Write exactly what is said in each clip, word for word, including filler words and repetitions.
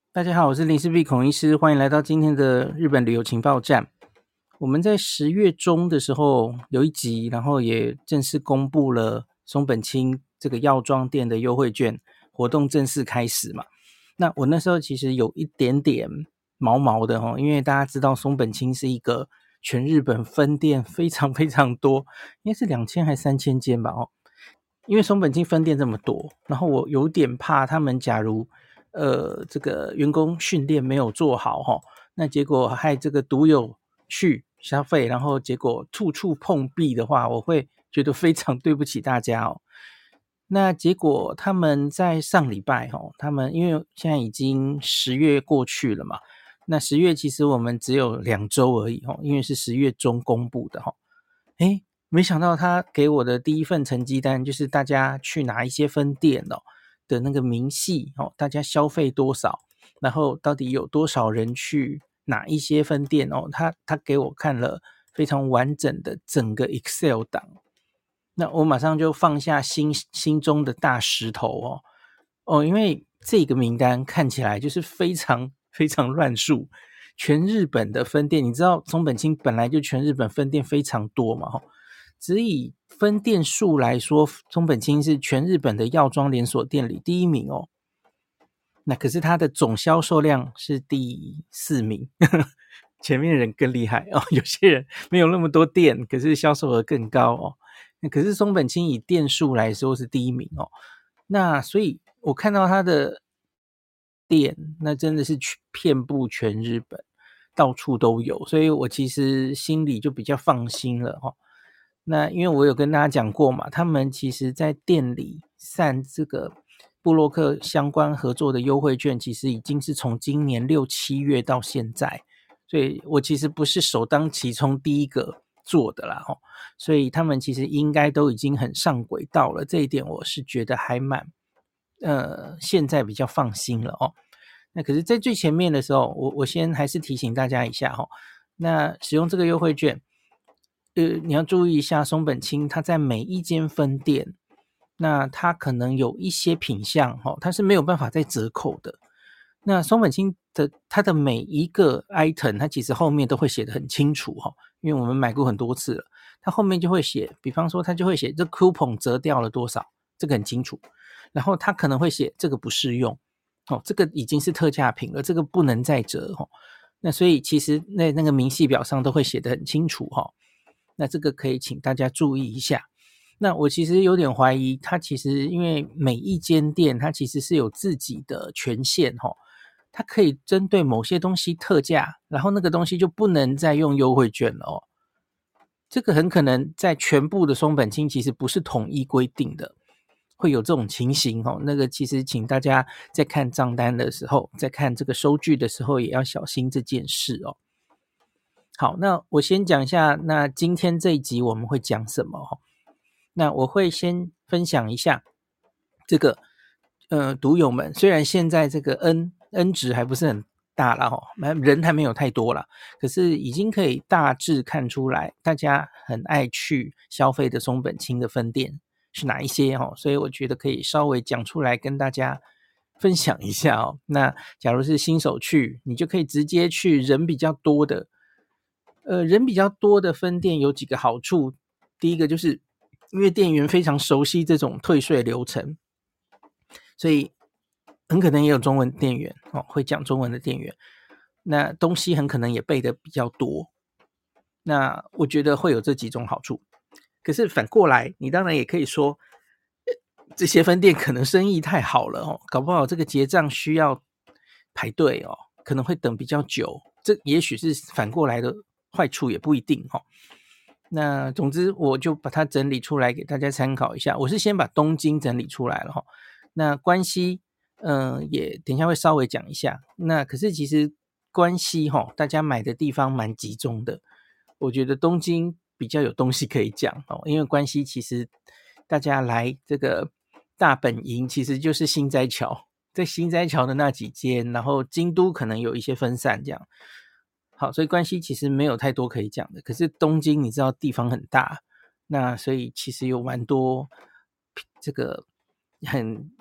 大家好，我是林氏璧孔医师，欢迎来到今天的日本旅游情报站。我们在十月中的时候有一集，然后也正式公布了松本清这个药妆店的优惠券活动正式开始嘛。那我那时候其实有一点点毛毛的哦，因为大家知道松本清是一个全日本分店非常非常多，应该是两千还三千间吧哦。因为松本清分店这么多，然后我有点怕他们假如呃这个员工训练没有做好齁，那结果害这个毒友去消费，然后结果处处碰壁的话，我会觉得非常对不起大家哦。那结果他们在上礼拜齁，他们因为现在已经十月过去了嘛，那十月其实我们只有两周而已齁，因为是十月中公布的齁。诶，没想到他给我的第一份成绩单就是大家去哪一些分店哦的那个明细哦，大家消费多少，然后到底有多少人去哪一些分店哦，他他给我看了非常完整的整个 Excel 档，那我马上就放下心心中的大石头哦哦，因为这个名单看起来就是非常非常乱数。全日本的分店，你知道松本清本来就全日本分店非常多嘛，吼，只以分店数来说，松本清是全日本的药妆连锁店里第一名哦。那可是它的总销售量是第四名，前面人更厉害哦。有些人没有那么多店，可是销售额更高哦。那可是松本清以店数来说是第一名哦。那所以我看到它的店，那真的是遍布全日本，到处都有，所以我其实心里就比较放心了哦。那因为我有跟大家讲过嘛，他们其实在店里散这个部落客相关合作的优惠券，其实已经是从今年六七月到现在，所以我其实不是首当其冲第一个做的啦，哦，所以他们其实应该都已经很上轨道了，这一点我是觉得还蛮呃现在比较放心了哦。那可是在最前面的时候，我我先还是提醒大家一下哈，那使用这个优惠券，呃，你要注意一下松本清它在每一间分店，那它可能有一些品项哈，它是没有办法再折扣的。那松本清的它的每一个 item，它其实后面都会写得很清楚哈，因为我们买过很多次了，它后面就会写，比方说它就会写这 coupon 折掉了多少，这个很清楚，然后它可能会写这个不适用。哦，这个已经是特价品了，这个不能再折哦。那所以其实那那个明细表上都会写得很清楚哈。那这个可以请大家注意一下。那我其实有点怀疑，它其实因为每一间店它其实是有自己的权限哈，它可以针对某些东西特价，然后那个东西就不能再用优惠券了哦。这个很可能在全部的松本清其实不是统一规定的。会有这种情形哦，那个其实请大家在看账单的时候，在看这个收据的时候，也要小心这件事哦。好，那我先讲一下，那今天这一集我们会讲什么哦？那我会先分享一下这个，呃，读友们，虽然现在这个 N N 值还不是很大啦哦，人还没有太多啦，可是已经可以大致看出来，大家很爱去消费的松本清的分店是哪一些哦，所以我觉得可以稍微讲出来跟大家分享一下哦。那假如是新手去，你就可以直接去人比较多的，呃，人比较多的分店有几个好处。第一个就是因为店员非常熟悉这种退税流程，所以很可能也有中文店员哦，会讲中文的店员，那东西很可能也备的比较多。那我觉得会有这几种好处。可是反过来，你当然也可以说，这些分店可能生意太好了哦，搞不好这个结账需要排队哦，可能会等比较久，这也许是反过来的坏处，也不一定哦。那总之我就把它整理出来给大家参考一下。我是先把东京整理出来了哈，那关西，嗯、呃，也等一下会稍微讲一下。那可是其实关西哈，大家买的地方蛮集中的，我觉得东京比较有东西可以讲哦，因为关西其实大家来这个大本营其实就是心斋桥，在心斋桥的那几间，然后京都可能有一些分散这样。好，所以关西其实没有太多可以讲的，可是东京你知道地方很大，那所以其实有蛮多这个很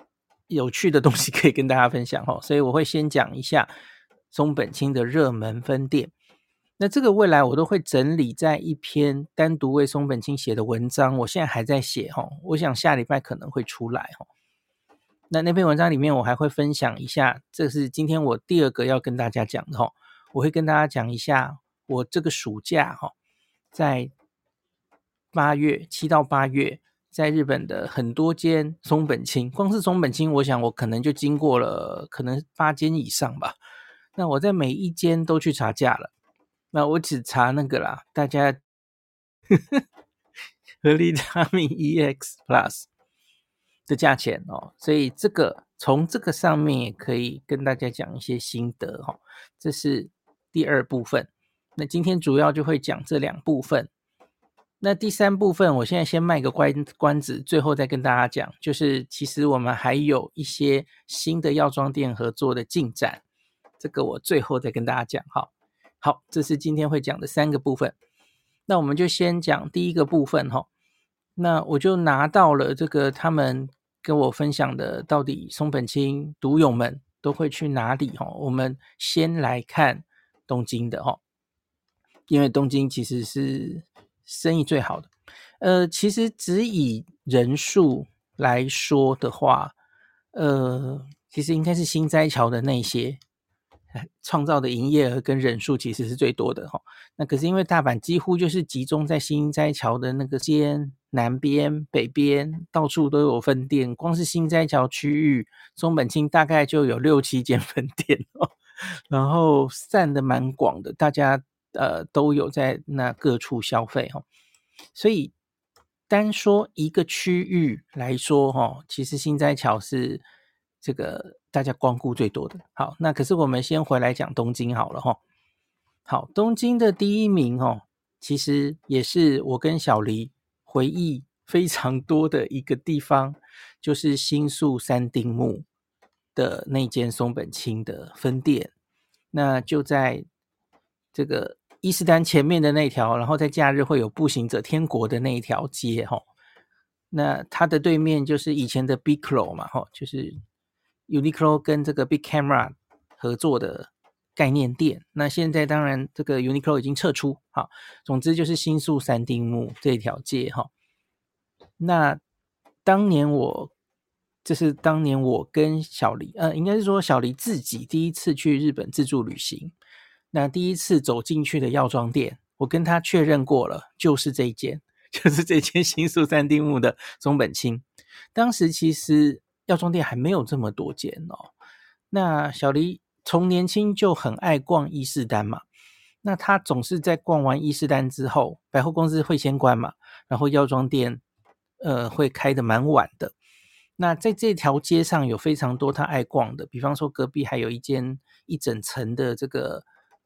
有趣的东西可以跟大家分享哦，所以我会先讲一下松本清的热门分店。那这个未来我都会整理在一篇单独为松本清写的文章，我现在还在写哦，我想下礼拜可能会出来哦。那那篇文章里面我还会分享一下，这是今天我第二个要跟大家讲的哦，我会跟大家讲一下我这个暑假哦，在八月七到八月在日本的很多间松本清，光是松本清我想我可能就经过了可能八间以上吧，那我在每一间都去查价了，那我只查那个啦，大家合利他命 E X Plus 的价钱哦，所以这个从这个上面也可以跟大家讲一些心得哦，这是第二部分。那今天主要就会讲这两部分。那第三部分我现在先卖个关关子，最后再跟大家讲，就是其实我们还有一些新的药妆店合作的进展，这个我最后再跟大家讲。好，好，这是今天会讲的三个部分。那我们就先讲第一个部分哈。那我就拿到了这个他们跟我分享的，到底松本清读友们都会去哪里哈？我们先来看东京的哈，因为东京其实是生意最好的。呃，其实只以人数来说的话，呃，其实应该是心斋桥的那些创造的营业额跟人数其实是最多的哈。那可是因为大阪几乎就是集中在心斋桥的那个间南边、北边，到处都有分店。光是心斋桥区域，松本清大概就有六七间分店哦，然后散的蛮广的，大家呃都有在那各处消费哈。所以单说一个区域来说哈，其实心斋桥是这个大家光顾最多的。好，那可是我们先回来讲东京好了哈。好，东京的第一名哦，其实也是我跟小黎回忆非常多的一个地方，就是新宿三丁目的那间松本清的分店。那就在这个伊势丹前面的那条，然后在假日会有步行者天国的那一条街哈。那它的对面就是以前的 Biglo 嘛哈，就是 Uniqlo 跟这个 Big Camera 合作的概念店。那现在当然这个 Uniqlo 已经撤出，好，总之就是新宿三丁目这条街哈。那当年我这是当年我跟小黎，呃，应该是说小黎自己第一次去日本自助旅行，那第一次走进去的药妆店，我跟他确认过了，就是这一间，就是这间新宿三丁目的松本清。当时其实药妆店还没有这么多间哦。那小黎从年轻就很爱逛伊势丹嘛，那他总是在逛完伊势丹之后，百货公司会先关嘛，然后药妆店呃会开得蛮晚的。那在这条街上有非常多他爱逛的，比方说隔壁还有一间一整层的这个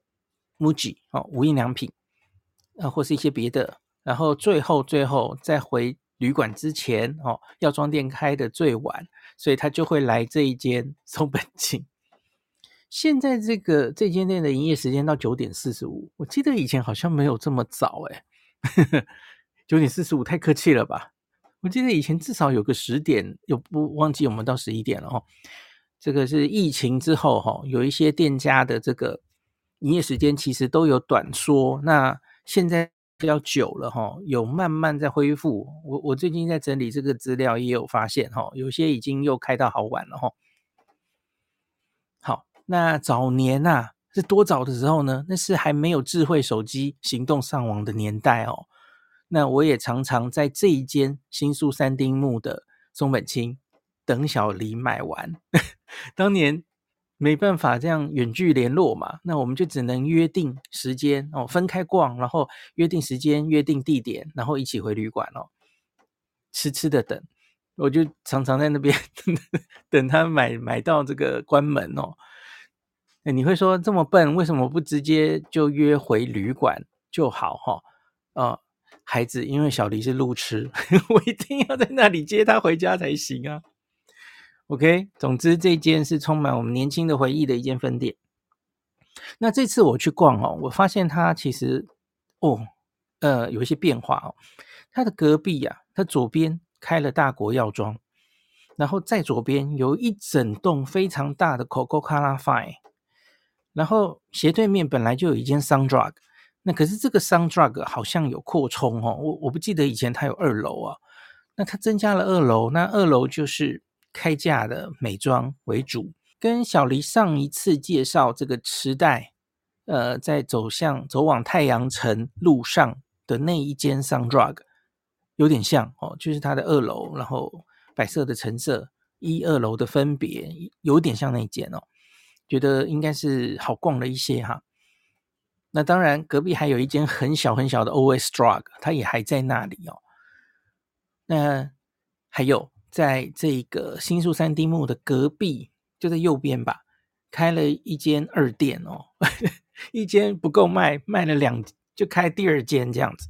Muji 哦，无印良品，呃或是一些别的。然后最后最后在回旅馆之前哦，药妆店开的最晚，所以他就会来这一间松本清。现在这个这间店的营业时间到九点四十五，我记得以前好像没有这么早诶九点四十五太客气了吧？我记得以前至少有个十点，有不忘记我们到十一点了哦。这个是疫情之后哈，有一些店家的这个营业时间其实都有短缩，那现在比较久了哈，有慢慢在恢复。我我最近在整理这个资料，也有发现哈，有些已经又开到好晚了哈。好，那早年啊是多早的时候呢？那是还没有智慧手机、行动上网的年代哦。那我也常常在这一间新宿三丁目的松本清等小黎买完。当年没办法这样远距联络嘛，那我们就只能约定时间哦，分开逛，然后约定时间、约定地点，然后一起回旅馆哦，痴痴的等。我就常常在那边等他买买到这个关门哦。你会说这么笨，为什么不直接就约回旅馆就好哈、哦？呃孩子，因为小黎是路痴，我一定要在那里接他回家才行啊。OK， 总之这间是充满我们年轻的回忆的一间分店。那这次我去逛哦，我发现它其实哦，呃，有一些变化哦。它的隔壁啊，它左边开了大国药妆， 然后在左边有一整栋非常大的 Coca-Cola Fine， 然后斜对面本来就有一间 Sundrug， 那可是这个 Sundrug 好像有扩充哦，我我不记得以前它有二楼啊，那它增加了二楼，那二楼就是开架的美妆为主，跟小黎上一次介绍这个池袋，呃，在走向走往太阳城路上的那一间 Sundrug 有点像哦，就是它的二楼，然后白色的陈设，一二楼的分别有点像那一间哦，觉得应该是好逛了一些哈。那当然隔壁还有一间很小很小的 O S Drug， 它也还在那里哦。那还有在这个新宿三丁目的隔壁，就在右边吧，开了一间二店哦，一间不够卖，卖了两，就开第二间这样子。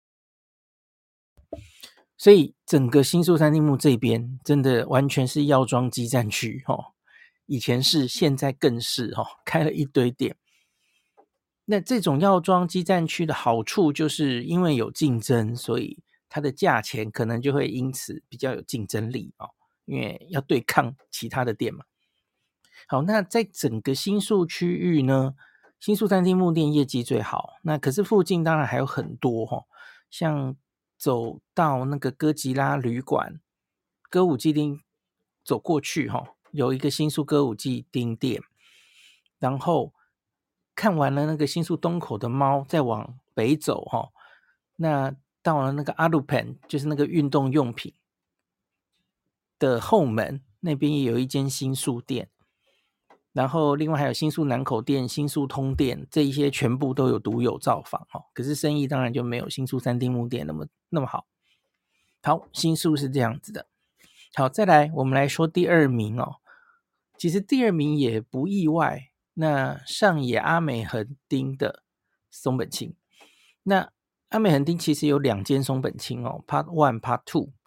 所以整个新宿三丁目这边真的完全是药妆基站区哦，以前是，现在更是哦，开了一堆店。那这种药妆基站区的好处就是因为有竞争，所以它的价钱可能就会因此比较有竞争力哦，因为要对抗其他的店嘛。好，那在整个新宿区域呢，新宿三丁目店业绩最好，那可是附近当然还有很多哦，像走到那个哥吉拉旅馆歌舞伎町走过去哦，有一个新宿歌舞伎町店，然后看完了那个新宿东口的猫，再往北走哦，那到了那个阿鲁penn，就是那个运动用品的后门那边也有一间新宿店，然后另外还有新宿南口店、新宿通店，这一些全部都有独有造访哦。可是生意当然就没有新宿三丁目店那么那么好。好，新宿是这样子的。好，再来我们来说第二名哦。其实第二名也不意外，那上野阿美横丁的松本清。那阿美横丁其实有两间松本清哦 ，Part One、Part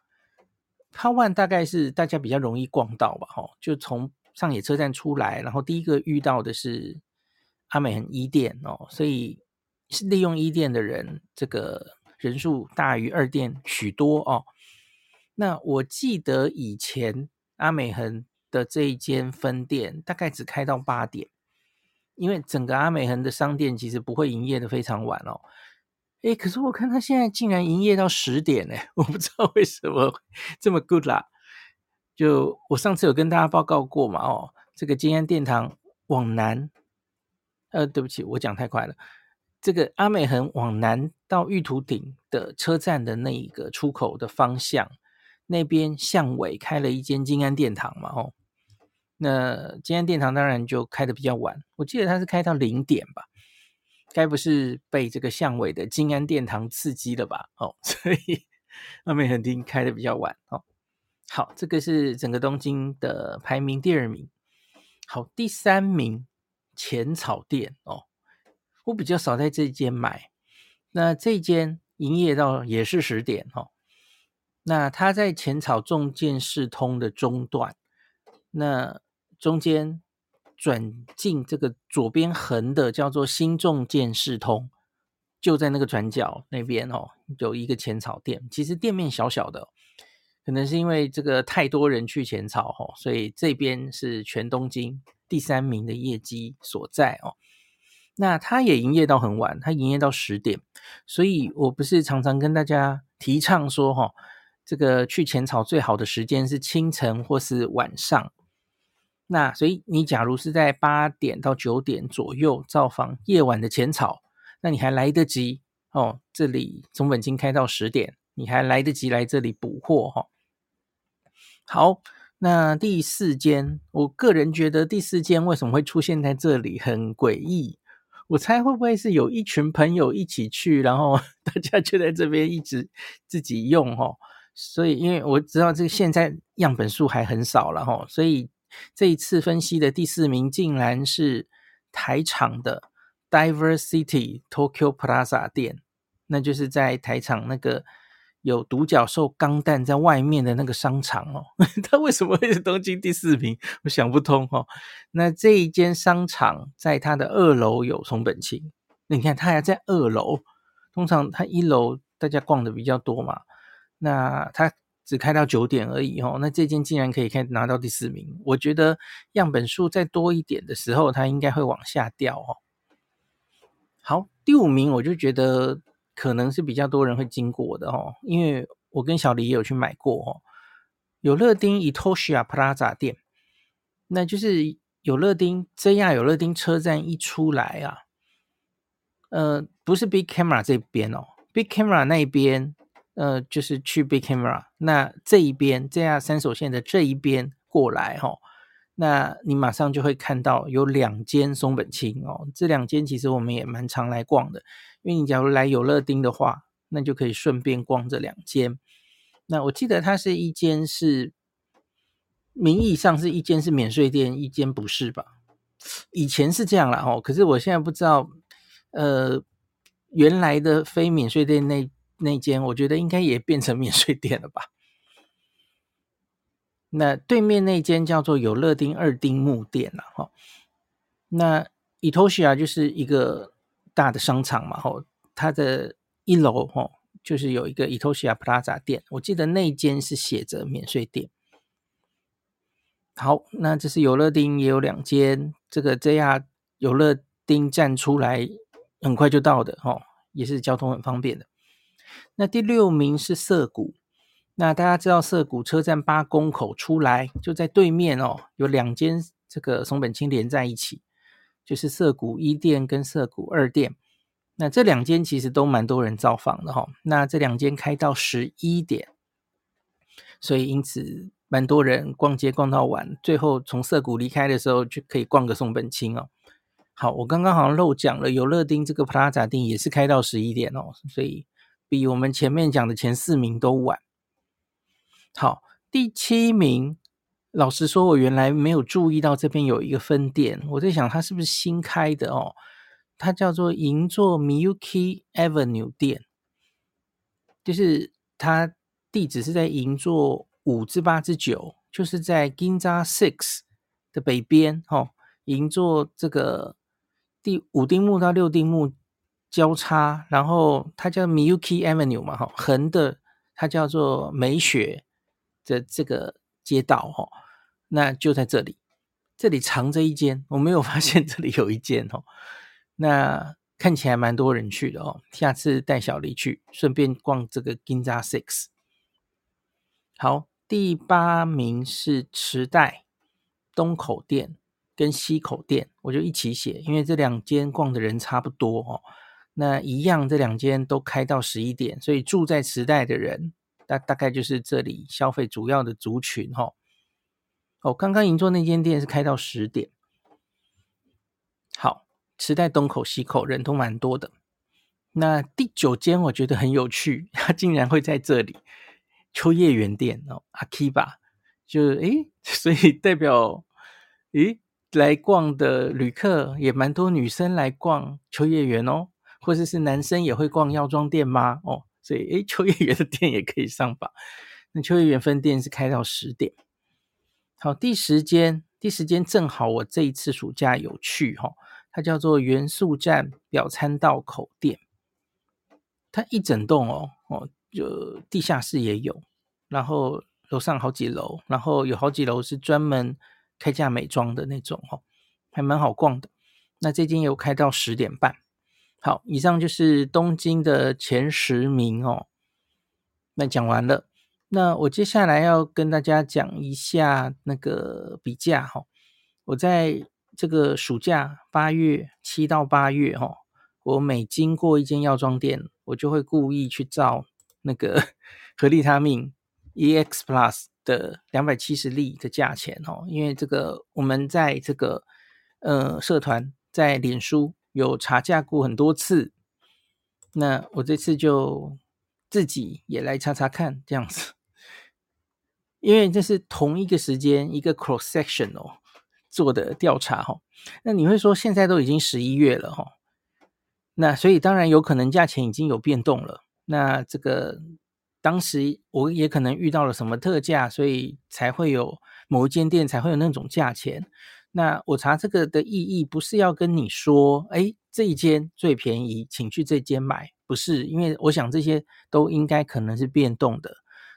Two。Part One 大概是大家比较容易逛到吧，哦，就从上野车站出来，然后第一个遇到的是阿美横一店哦，所以是利用一店的人，这个人数大于二店许多哦。那我记得以前阿美横的这一间分店大概只开到八点，因为整个阿美横的商店其实不会营业的非常晚哦。诶，可是我看他现在竟然营业到十点诶，我不知道为什么这么 good 啦。就我上次有跟大家报告过嘛，哦，这个金安殿堂往南，呃，对不起，我讲太快了。这个阿美横往南到玉图町的车站的那一个出口的方向，那边向尾开了一间金安殿堂嘛，哦，那金安殿堂当然就开的比较晚，我记得它是开到零点吧。该不是被这个巷尾的金安殿堂刺激了吧？哦，所以阿美横丁开的比较晚哦。好，这个是整个东京的排名第二名。好，第三名浅草店哦，我比较少在这间买。那这间营业到也是十点哦。那它在浅草重建市通的中段，那中间转进这个左边横的叫做新重建市通，就在那个转角那边哦，有一个浅草店，其实店面小小的，可能是因为这个太多人去浅草哦，所以这边是全东京第三名的业绩所在哦。那它也营业到很晚，它营业到十点，所以我不是常常跟大家提倡说哈、哦，这个去浅草最好的时间是清晨或是晚上。那所以你假如是在八点到九点左右造访夜晚的浅草，那你还来得及哦，这里松本清开到十点，你还来得及来这里补货哈、哦。好，那第四间，我个人觉得第四间为什么会出现在这里很诡异，我猜会不会是有一群朋友一起去，然后大家就在这边一直自己用哦。所以因为我知道这个现在样本数还很少了哦，所以这一次分析的第四名竟然是台场的 Diversity Tokyo Plaza 店，那就是在台场那个有独角兽钢弹在外面的那个商场哦。它为什么会是东京第四名？我想不通哦。那这一间商场在它的二楼有松本清，你看它还在二楼，通常它一楼大家逛的比较多嘛，那它只开到九点而已哦，那这间竟然可以开拿到第四名，我觉得样本数再多一点的时候，它应该会往下掉哦。好，第五名我就觉得可能是比较多人会经过的哦，因为我跟小黎也有去买过哦，有乐町 Itoshia Plaza 店，那就是有乐町 J R 有乐町车站一出来啊，呃，不是 Big Camera 这边哦 ，Big Camera 那边，呃，就是去 Big Camera，那这一边 J R 三手线的这一边过来哈、哦，那你马上就会看到有两间松本清哦，这两间其实我们也蛮常来逛的，因为你假如来有乐町的话，那就可以顺便逛这两间。那我记得它是一间是名义上是一间是免税店，一间不是吧？以前是这样啦哦，可是我现在不知道，呃，原来的非免税店那那间，我觉得应该也变成免税店了吧？那对面那间叫做有乐町二丁目店啦，哈、哦。那 Itoshia 就是一个大的商场嘛，吼，它的一楼吼就是有一个 Itoshia Plaza 店，我记得那间是写着免税店。好，那这是有乐町也有两间，这个 J R 有乐町站出来很快就到的哦，也是交通很方便的。那第六名是涩谷，那大家知道涩谷车站八公口出来，就在对面哦，有两间这个松本清连在一起，就是涩谷一店跟涩谷二店。那这两间其实都蛮多人造访的哈、哦，那这两间开到十一点，所以因此蛮多人逛街逛到晚，最后从涩谷离开的时候就可以逛个松本清哦。好，我刚刚好像漏讲了，有乐町这个 Plaza 店也是开到十一点哦，所以比我们前面讲的前四名都晚。好，第七名，老实说，我原来没有注意到这边有一个分店，我在想它是不是新开的哦？它叫做银座 Miyuki Avenue 店，就是它地址是在银座五之八之九，就是在 Ginza Six 的北边哦。银座这个第五丁目到六丁目交叉，然后它叫 Miyuki Avenue 嘛，哈，横的它叫做美雪的这个街道哈，那就在这里，这里藏着一间，我没有发现这里有一间哦，那看起来蛮多人去的哦，下次带小黎去，顺便逛这个 Ginza Six。好，第八名是池袋东口店跟西口店，我就一起写，因为这两间逛的人差不多哦。那一样，这两间都开到十一点，所以住在池袋的人，大大概就是这里消费主要的族群哦。哦，刚刚银座那间店是开到十点。好，池袋东口西口人都蛮多的。那第九间我觉得很有趣，它竟然会在这里。秋叶原店哦 Akiba 就诶，所以代表诶来逛的旅客也蛮多女生来逛秋叶原哦，或者是男生也会逛药妆店吗？哦，所以诶秋叶原的店也可以上榜。那秋叶原分店是开到十点。好，第十间，第十间正好我这一次暑假有去哈、哦，它叫做元素站表参道口店，它一整栋哦哦。就地下室也有，然后楼上好几楼，然后有好几楼是专门开价美妆的那种哦，还蛮好逛的。那这间有开到十点半。好，以上就是东京的前十名哦。那讲完了，那我接下来要跟大家讲一下那个比价哈、哦。我在这个暑假八月七到八月哈、哦，我每经过一间药妆店，我就会故意去照那个合利他命 E X Plus 的两百七十粒的价钱哦，因为这个我们在这个呃社团在脸书有查价过很多次，那我这次就自己也来查查看这样子，因为这是同一个时间一个 cross section 哦做的调查哈、哦，那你会说现在都已经十一月了哈、哦，那所以当然有可能价钱已经有变动了。那这个当时我也可能遇到了什么特价，所以才会有某一间店才会有那种价钱。那我查这个的意义不是要跟你说，哎，这一间最便宜，请去这间买，不是，因为我想这些都应该可能是变动的。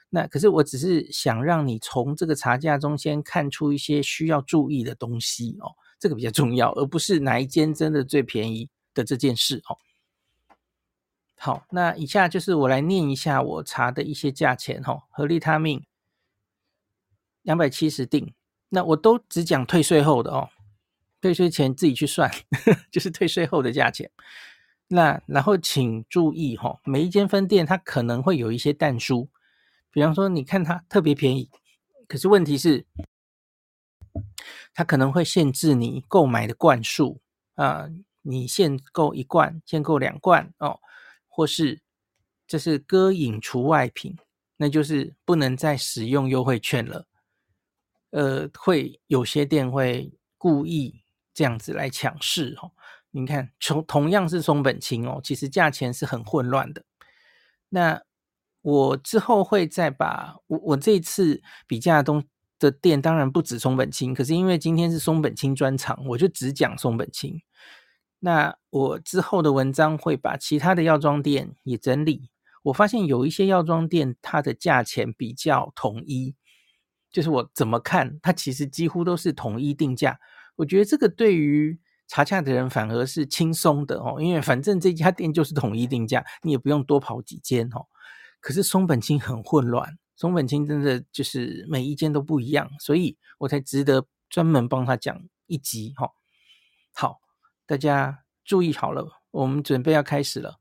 那可是我只是想让你从这个差价中先看出一些需要注意的东西哦，这个比较重要，而不是哪一间真的最便宜的这件事哦。好，那以下就是我来念一下我查的一些价钱哦，合利他命两百七十定，那我都只讲退税后的哦，退税前自己去算，呵呵就是退税后的价钱。那然后请注意哦，每一间分店它可能会有一些但书，比方说你看它特别便宜，可是问题是它可能会限制你购买的罐数啊、呃，你限购一罐，限购两罐哦，或是这是歌饮除外品，那就是不能再使用优惠券了。呃，会有些店会故意这样子来抢市哦。你看，同同样是松本清哦，其实价钱是很混乱的。那我之后会再把我我这一次比价东的店，当然不止松本清，可是因为今天是松本清专场，我就只讲松本清。那我之后的文章会把其他的药妆店也整理。我发现有一些药妆店，它的价钱比较统一，就是我怎么看，它其实几乎都是统一定价。我觉得这个对于查价的人反而是轻松的哦，因为反正这家店就是统一定价，你也不用多跑几间哦。可是松本清很混乱，松本清真的就是每一间都不一样，所以我才值得专门帮他讲一集哈、哦。好，大家注意好了，我们准备要开始了。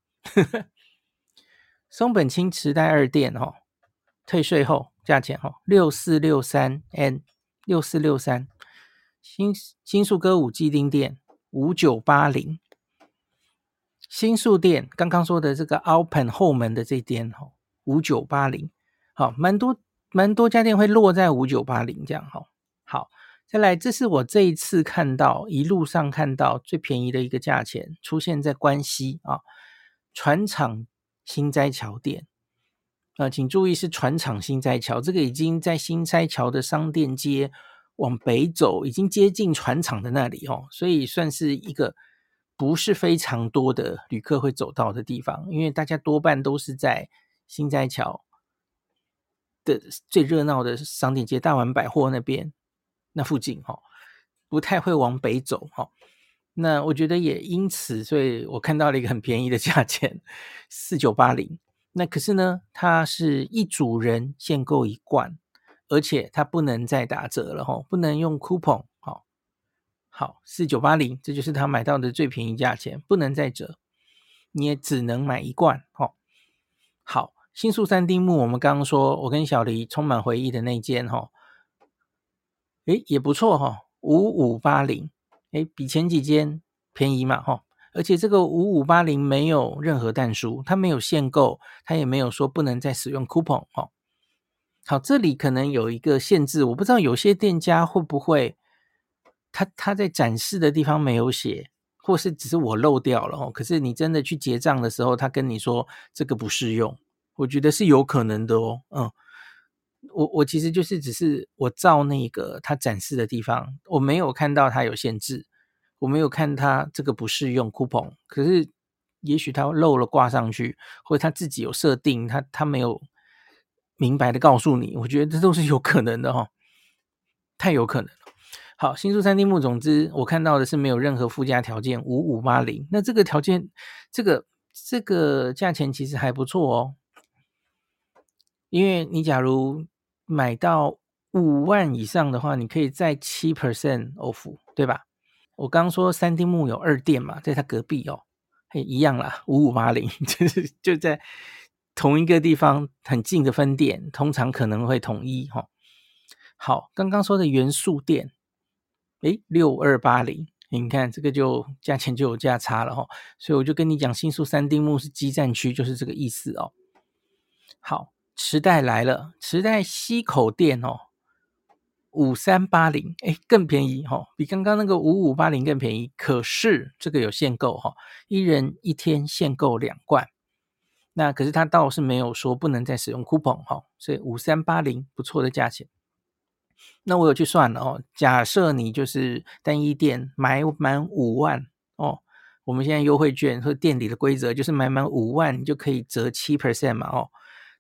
松本清池袋二店哈、哦，退税后价钱哈、哦，六四六三 N 六四六三，新新宿歌舞伎町店五九八零，新宿店刚刚说的这个 Open 后门的这间哈、哦，五九八零，好，蛮多蛮多家店会落在五九八零这样哈、哦。好，再来，这是我这一次看到一路上看到最便宜的一个价钱，出现在关西啊，船厂新斋桥店。呃，请注意是船厂新斋桥，这个已经在新斋桥的商店街往北走，已经接近船厂的那里哦，所以算是一个不是非常多的旅客会走到的地方，因为大家多半都是在新斋桥的最热闹的商店街大丸百货那边那附近哈、哦，不太会往北走哈、哦。那我觉得也因此，所以我看到了一个很便宜的价钱，四九八零。那可是呢，它是一组人限购一罐，而且它不能再打折了哈，不能用 coupon 好，好四九八零，这就是他买到的最便宜价钱，不能再折，你也只能买一罐哈。好，新宿三丁目，我们刚刚说，我跟小黎充满回忆的那间哈，诶也不错哈，五五八零，诶比前几间便宜嘛哈。而且这个五五八零没有任何但书，它没有限购，它也没有说不能再使用 coupon 哦。好，这里可能有一个限制，我不知道有些店家会不会，他他在展示的地方没有写，或是只是我漏掉了哦。可是你真的去结账的时候，他跟你说这个不适用，我觉得是有可能的哦。嗯，我我其实就是只是我照那个他展示的地方，我没有看到他有限制。我没有看他这个不适用 coupon， 可是也许他漏了挂上去，或者他自己有设定，他他没有明白的告诉你，我觉得这都是有可能的哦，太有可能了。好，新宿三丁目，总之我看到的是没有任何附加条件，五五八零，那这个条件，这个这个价钱其实还不错哦，因为你假如买到五万以上的话，你可以再 百分之七 off， 对吧？我刚说三丁目有二店嘛，在他隔壁哦，嘿，一样啦，五五八零，就是就在同一个地方很近的分店，通常可能会统一哈、哦。好，刚刚说的元素店，诶，六二八零，你看这个就价钱就有价差了哈、哦，所以我就跟你讲，新宿三丁目是基站区，就是这个意思哦。好，池袋来了，池袋西口店哦。五三八零，哎，更便宜哈、哦，比刚刚那个五五八零更便宜。可是这个有限购哈、哦，一人一天限购两罐。那可是他倒是没有说不能再使用 coupon 哈、哦，所以五三八零不错的价钱。那我有去算了哦，假设你就是单一店买满五万哦，我们现在优惠券和店里的规则就是买满五万你就可以折 百分之七 嘛哦。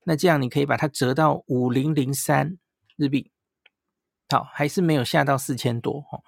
那这样你可以把它折到五零零三日币。好，还是没有下到四千多哦。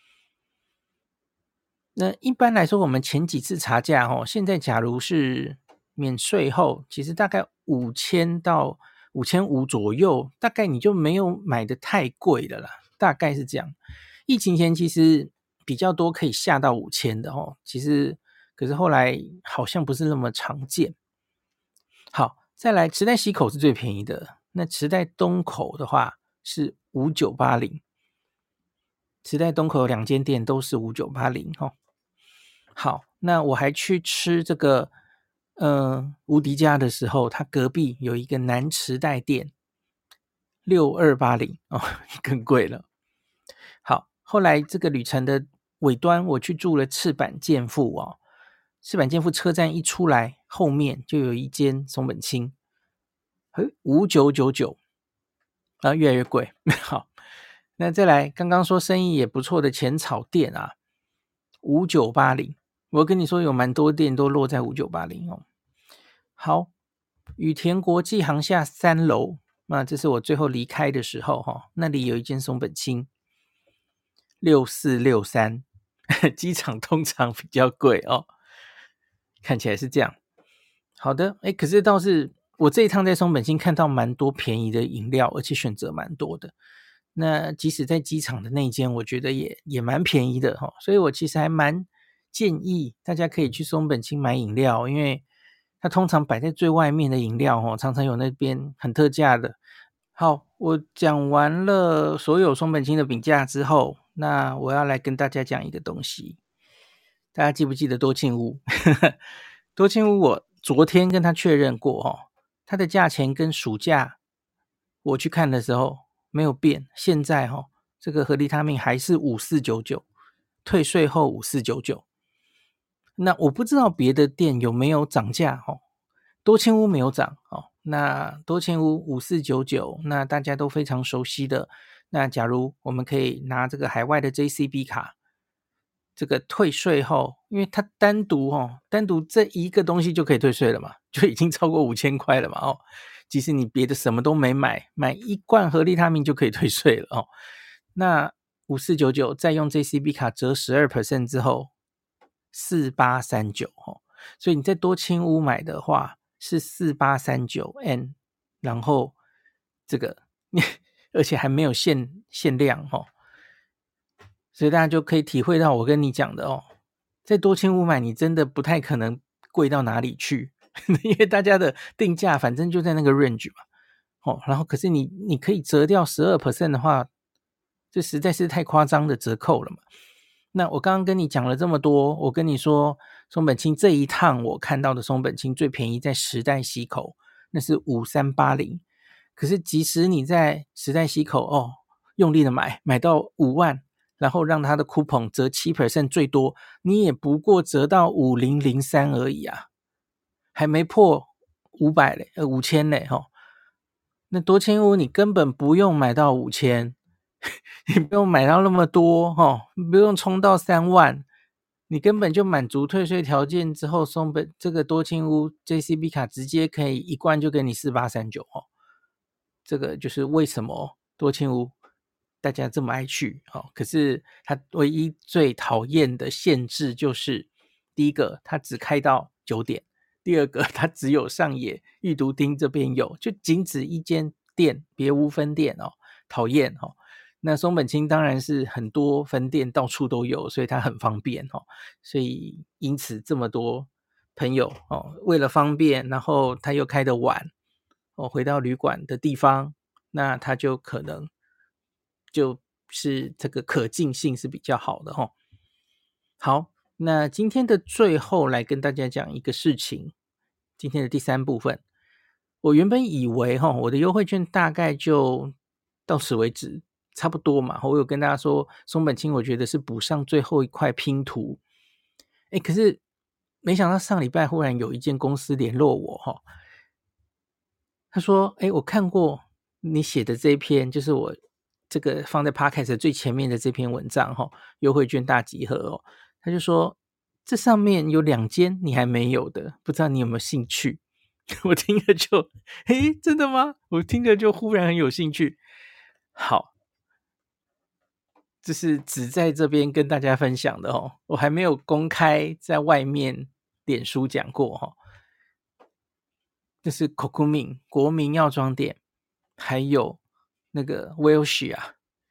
那一般来说，我们前几次查价哦，现在假如是免税后，其实大概五千到五千五左右，大概你就没有买的太贵的啦，大概是这样。疫情前其实比较多可以下到五千的哦，其实可是后来好像不是那么常见。好，再来池袋西口是最便宜的，那池袋东口的话是五九八零，池袋东口有两间店都是五九八零哦。好，那我还去吃这个呃无敌家的时候，它隔壁有一个南池袋店，六二八零哦，更贵了。好，后来这个旅程的尾端，我去住了赤坂健富哦。赤坂健富车站一出来，后面就有一间松本清，五九九九，然后越来越贵。好，那再来，刚刚说生意也不错的浅草店啊，五九八零。我跟你说，有蛮多店都落在五九八零哦。好，羽田国际航厦三楼，那这是我最后离开的时候哈、哦，那里有一间松本清，六四六三，机场通常比较贵哦，看起来是这样。好的，哎，可是倒是我这一趟在松本清看到蛮多便宜的饮料，而且选择蛮多的。那即使在机场的那间，我觉得也也蛮便宜的哈、哦，所以我其实还蛮建议大家可以去松本清买饮料，因为它通常摆在最外面的饮料哦，常常有那边很特价的。好，我讲完了所有松本清的评价之后，那我要来跟大家讲一个东西，大家记不记得多庆屋？多庆屋我昨天跟他确认过哦，它的价钱跟暑假我去看的时候没有变，现在哦，这个合利他命还是五四九九，退税后五四九九。那我不知道别的店有没有涨价哦，多庆屋没有涨哦，那多庆屋五四九九，那大家都非常熟悉的。那假如我们可以拿这个海外的 J C B 卡，这个退税后，因为它单独哦，单独这一个东西就可以退税了嘛，就已经超过五千块了嘛哦。即使你别的什么都没买，买一罐合利他命就可以退税了哦。那五四九九再用 J C B 卡折 百分之十二 之后，四八三九哦。所以你在多清屋买的话是四八三九 N， 然后这个而且还没有限限量哦。所以大家就可以体会到我跟你讲的哦，在多清屋买你真的不太可能贵到哪里去，因为大家的定价反正就在那个 range 嘛。哦，然后可是你你可以折掉 百分之十二 的话，这实在是太夸张的折扣了嘛。那我刚刚跟你讲了这么多，我跟你说松本清这一趟我看到的松本清最便宜在时代西口，那是五三八零。可是即使你在时代西口哦，用力的买，买到五万，然后让它的 coupon 折 百分之七 最多，你也不过折到五零零三而已啊，还没破五百嘞，呃五千嘞齁。那多清屋你根本不用买到五千，你不用买到那么多齁，不用冲到三万，你根本就满足退税条件之后，松本这个多清屋 J C B 卡直接可以一罐就给你四八三九齁。这个就是为什么多清屋大家这么爱去哦。可是它唯一最讨厌的限制就是，第一个它只开到九点，第二个它只有上野玉都町这边有，就仅止一间店，别无分店哦，讨厌哦。那松本清当然是很多分店到处都有，所以它很方便哦。所以因此这么多朋友哦，为了方便，然后他又开得晚哦，回到旅馆的地方，那他就可能就是这个可进性是比较好的哦。好，那今天的最后来跟大家讲一个事情，今天的第三部分，我原本以为哈，我的优惠券大概就到此为止，差不多嘛。我有跟大家说，松本清我觉得是补上最后一块拼图。哎，可是没想到上礼拜忽然有一间公司联络我哈，他说：“哎，我看过你写的这一篇，就是我这个放在 Podcast 最前面的这篇文章哈，优惠券大集合哦。”他就说这上面有两间你还没有的，不知道你有没有兴趣？ 我听了就，诶，真的吗？我听了就忽然很有兴趣。好，这是只在这边跟大家分享的哦，我还没有公开在外面脸书讲过哦。这是 Cocomin 国民药妆店，还有那个 Welcia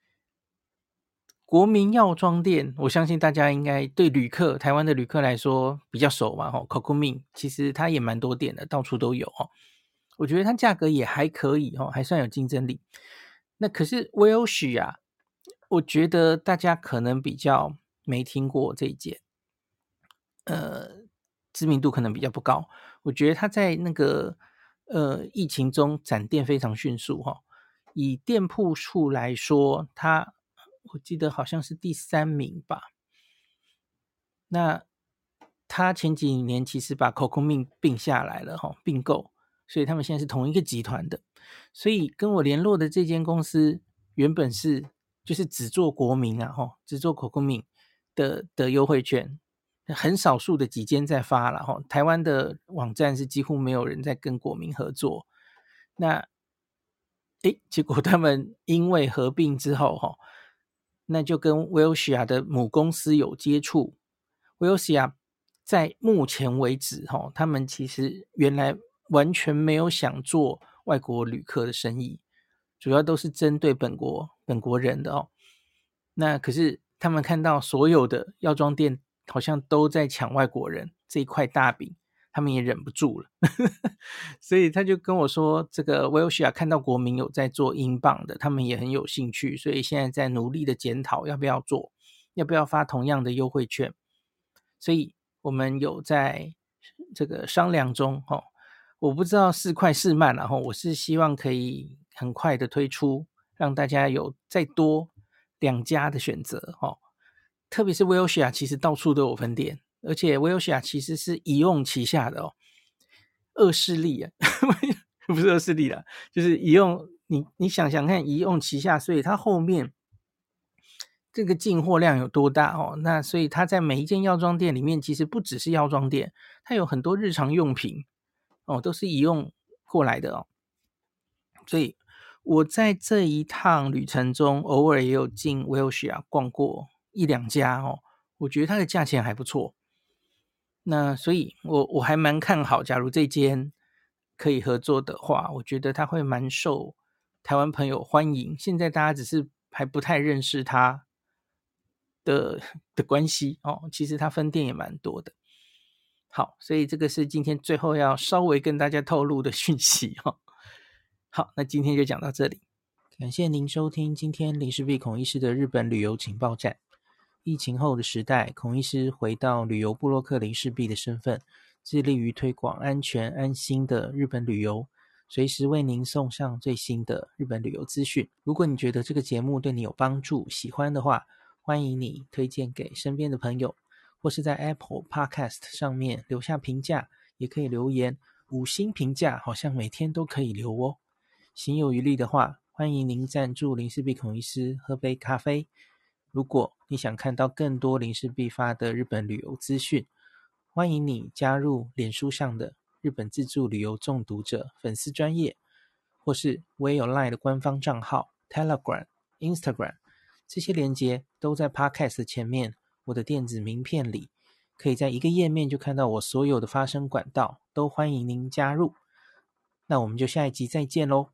国民药妆店，我相信大家应该对旅客，台湾的旅客来说比较熟嘛。吼 ，Cocomin 其实它也蛮多店的，到处都有哦。我觉得它价格也还可以哦，还算有竞争力。那可是 Welcia，我觉得大家可能比较没听过这一件，呃，知名度可能比较不高。我觉得它在那个呃疫情中展店非常迅速哈、哦。以店铺数来说，它我记得好像是第三名吧。那他前几年其实把 Cocomin 并下来了哈、哦，并购，所以他们现在是同一个集团的。所以跟我联络的这间公司原本是就是只做国民啊哈，只做 Cocomin 的的优惠券。很少数的几间在发了哈，台湾的网站是几乎没有人在跟国民合作。那诶，结果他们因为合并之后哈，那就跟 Welcia 的母公司有接触。Welcia 在目前为止哈，他们其实原来完全没有想做外国旅客的生意，主要都是针对本国本国人的哦。那可是他们看到所有的药妆店好像都在抢外国人这一块大饼，他们也忍不住了，所以他就跟我说，这个 Welcia 看到国民有在做英镑的，他们也很有兴趣，所以现在在努力的检讨要不要做，要不要发同样的优惠券。所以我们有在这个商量中哦，我不知道是快是慢然后我是希望可以很快的推出，让大家有再多两家的选择哦。特别是 Welcia 其实到处都有分店，而且 Welcia 其实是宜用旗下的哦，恶势力啊，不是恶势力啦，就是宜用，你你想想看，宜用旗下，所以它后面这个进货量有多大哦？那所以它在每一间药妆店里面，其实不只是药妆店，它有很多日常用品哦，都是宜用过来的哦。所以我在这一趟旅程中，偶尔也有进 Welcia 逛过一两家哦，我觉得它的价钱还不错。那所以我我还蛮看好，假如这间可以合作的话，我觉得它会蛮受台湾朋友欢迎。现在大家只是还不太认识它的的关系哦，其实它分店也蛮多的。好，所以这个是今天最后要稍微跟大家透露的讯息哦。好，那今天就讲到这里，感谢您收听今天林氏璧孔医师的日本旅游情报站。疫情后的时代，孔医师回到旅游部落客林氏璧的身份，致力于推广安全安心的日本旅游，随时为您送上最新的日本旅游资讯。如果你觉得这个节目对你有帮助，喜欢的话，欢迎你推荐给身边的朋友，或是在 Apple Podcast 上面留下评价，也可以留言，五星评价好像每天都可以留哦。行有余力的话，欢迎您赞助林氏璧孔医师喝杯咖啡。如果你想看到更多林氏璧发的日本旅游资讯，欢迎你加入脸书上的日本自助旅游中毒者粉丝专页，或是我也有 LINE 的官方账号 Telegram、Instagram， 这些连结都在 Podcast 的前面我的电子名片里，可以在一个页面就看到我所有的发声管道，都欢迎您加入。那我们就下一集再见咯。